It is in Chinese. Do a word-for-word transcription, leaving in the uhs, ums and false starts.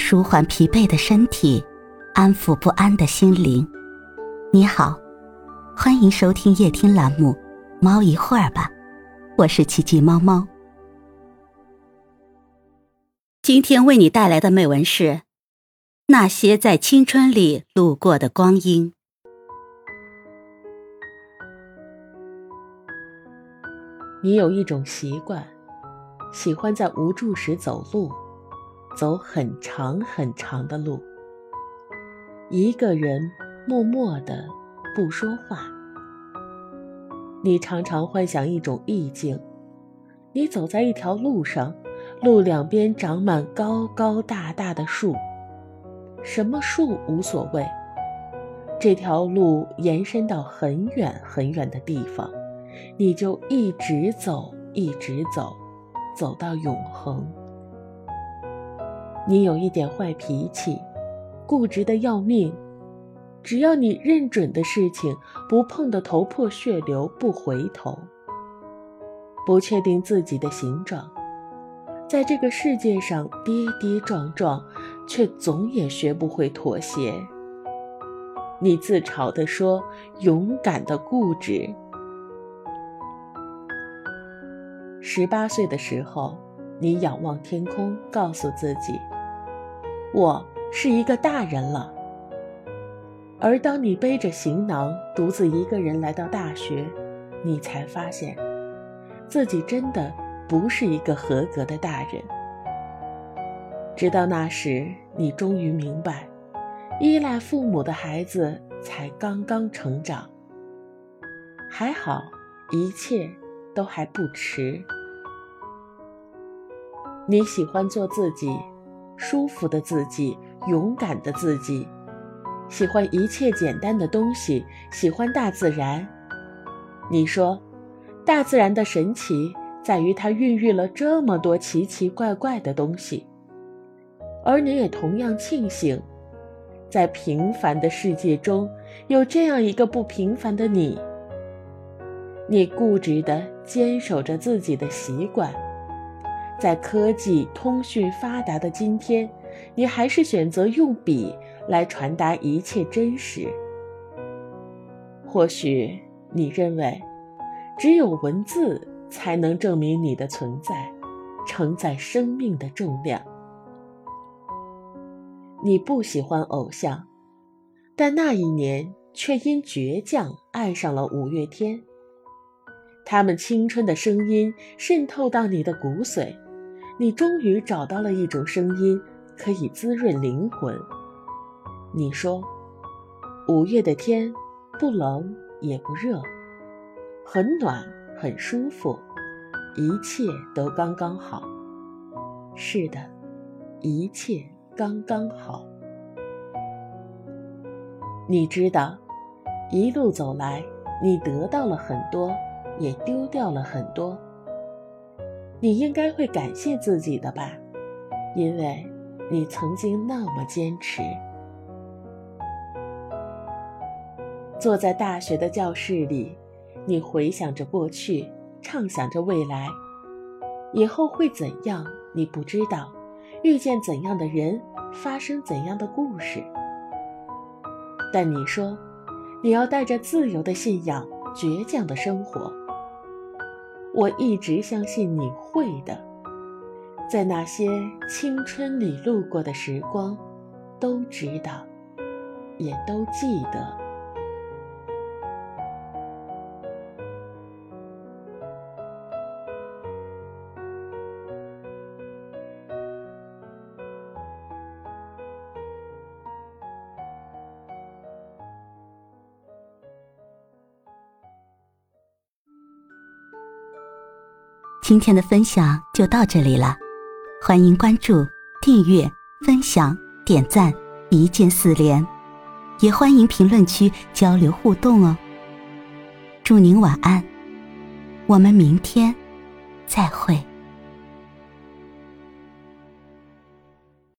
舒缓疲惫的身体，安抚不安的心灵。你好，欢迎收听夜听栏目《猫一会儿吧》，我是奇迹猫猫。今天为你带来的美文是那些在青春里路过的光阴。 你有一种习惯，喜欢在无助时走路，走很长很长的路，一个人默默地不说话。你常常幻想一种意境，你走在一条路上，路两边长满高高大大的树，什么树无所谓，这条路延伸到很远很远的地方，你就一直走一直走，走到永恒。你有一点坏脾气，固执得要命，只要你认准的事情，不碰得头破血流，不回头。不确定自己的形状，在这个世界上跌跌撞撞，却总也学不会妥协。你自嘲地说，勇敢的固执。十八岁的时候，你仰望天空，告诉自己，我是一个大人了。而当你背着行囊，独自一个人来到大学，你才发现，自己真的不是一个合格的大人。直到那时，你终于明白，依赖父母的孩子才刚刚成长。还好，一切都还不迟。你喜欢做自己，舒服的自己，勇敢的自己，喜欢一切简单的东西，喜欢大自然。你说，大自然的神奇在于它孕育了这么多奇奇怪怪的东西，而你也同样庆幸，在平凡的世界中有这样一个不平凡的你。你固执地坚守着自己的习惯，在科技通讯发达的今天，你还是选择用笔来传达一切真实。或许你认为，只有文字才能证明你的存在，承载生命的重量。你不喜欢偶像，但那一年却因倔强爱上了五月天。他们青春的声音渗透到你的骨髓，你终于找到了一种声音可以滋润灵魂。你说，五月的天不冷也不热，很暖很舒服，一切都刚刚好。是的，一切刚刚好。你知道，一路走来，你得到了很多，也丢掉了很多。你应该会感谢自己的吧，因为你曾经那么坚持。坐在大学的教室里，你回想着过去，畅想着未来。以后会怎样，你不知道，遇见怎样的人，发生怎样的故事。但你说，你要带着自由的信仰，倔强的生活。我一直相信你会的，在那些青春里路过的时光，都知道，也都记得。 今天的分享就到这里了，欢迎关注、订阅、分享、点赞，一键四连，也欢迎评论区交流互动哦。祝您晚安，我们明天再会。